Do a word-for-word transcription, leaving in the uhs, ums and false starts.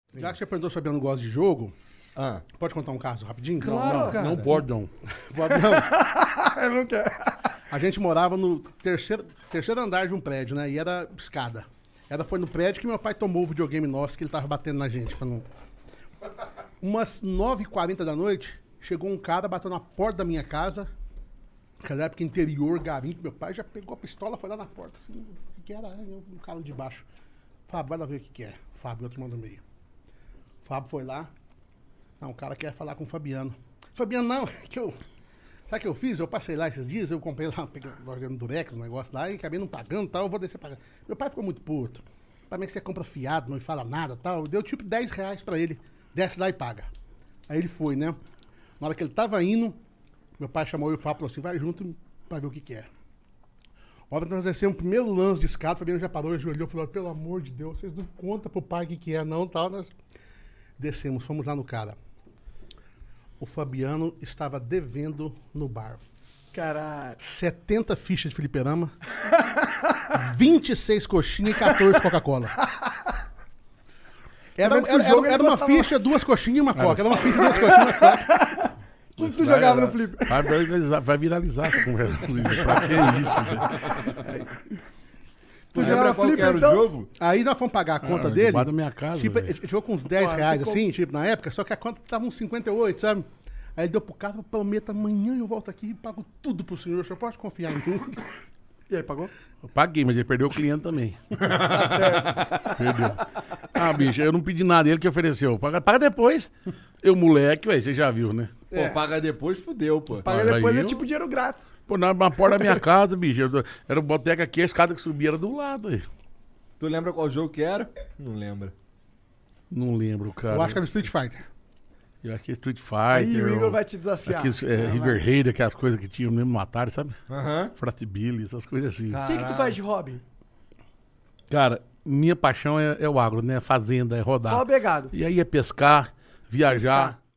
Já que você perguntou se o Fabiano gosta de jogo, Ah. pode contar um caso rapidinho? Claro, não, não, cara. Não pode, não. pode não. Eu não quero. A gente morava no terceiro, terceiro andar de um prédio, né? E era escada. Era, foi no prédio que meu pai tomou o videogame nosso, que ele tava batendo na gente. Pra não... Umas nove e quarenta da noite, chegou um cara, bateu na porta da minha casa. Naquela época, interior, garimpo. Meu pai já pegou a pistola, foi lá na porta. Assim, o que era? O cara de baixo. Fábio, vai lá ver o que que é. Fábio, outro manda no meio. Fábio foi lá. Não, o cara quer falar com o Fabiano. Fabiano, não, que eu... Sabe o que eu fiz? Eu passei lá esses dias, eu comprei lá, peguei loja no Durex, um negócio lá, e acabei não pagando e tal, eu vou descer pagando. Meu pai ficou muito puto. Pra mim que você compra fiado, não me fala nada e tal. Deu tipo dez reais pra ele. Desce lá e paga. Aí ele foi, né? Na hora que ele tava indo, meu pai chamou eu e falou assim, vai junto pra ver o que que é. Na hora que nós descemos o primeiro lance de escada, o Fabiano já parou, ajoelhou e falou, pelo amor de Deus, vocês não contam pro pai o que que é não, tal. Nós descemos, fomos lá no cara. O Fabiano estava devendo no bar. Caralho. setenta fichas de fliperama, vinte e seis coxinhas e quatorze Coca-Cola. Era, vendo que o era, jogo era, ele era uma gostava ficha, mais. duas coxinhas e uma Coca. Era uma ficha, duas coxinhas e uma Coca. Como tu jogava no flip? Vai viralizar, vai viralizar essa conversa. Pra que isso, velho? Tu Lembra jogava qual flip, que era então? o jogo? Aí nós fomos pagar a conta Ah, dele. debaixo da minha casa, Tipo, velho. ele jogou com uns dez Pô, reais, ficou- assim, tipo, na época, só que a conta tava uns cinquenta e oito, sabe? Aí ele deu pro cara, prometo, amanhã eu volto aqui e pago tudo pro senhor, o senhor pode confiar em mim. E aí, pagou? Eu paguei, mas ele perdeu o cliente também. Tá certo. Perdeu. Ah, bicho, eu não pedi nada, ele que ofereceu. Paga, paga depois. Eu, moleque, velho, você já viu, né? Pô, paga depois, fudeu, pô. Paga Aí depois é eu- tipo dinheiro grátis. Pô, na, na porta da minha casa, bicho. eu- Era o boteca aqui, a escada que subia era do lado aí. Tu lembra qual jogo que era? Não lembra. Não lembro, cara. Eu acho que era Street Fighter. Eu acho que é Street Aí Fighter. o Igor ou vai te desafiar. Aqueles, é, Ah, River Raid, aquelas coisas que tinham mesmo no Atari, sabe? Aham. Frat Billy, essas coisas assim. O que, que tu faz de hobby? Cara, minha paixão é, é o agro, né? Fazenda, é rodar. Qual é o begado? E aí é pescar, viajar. Pescar.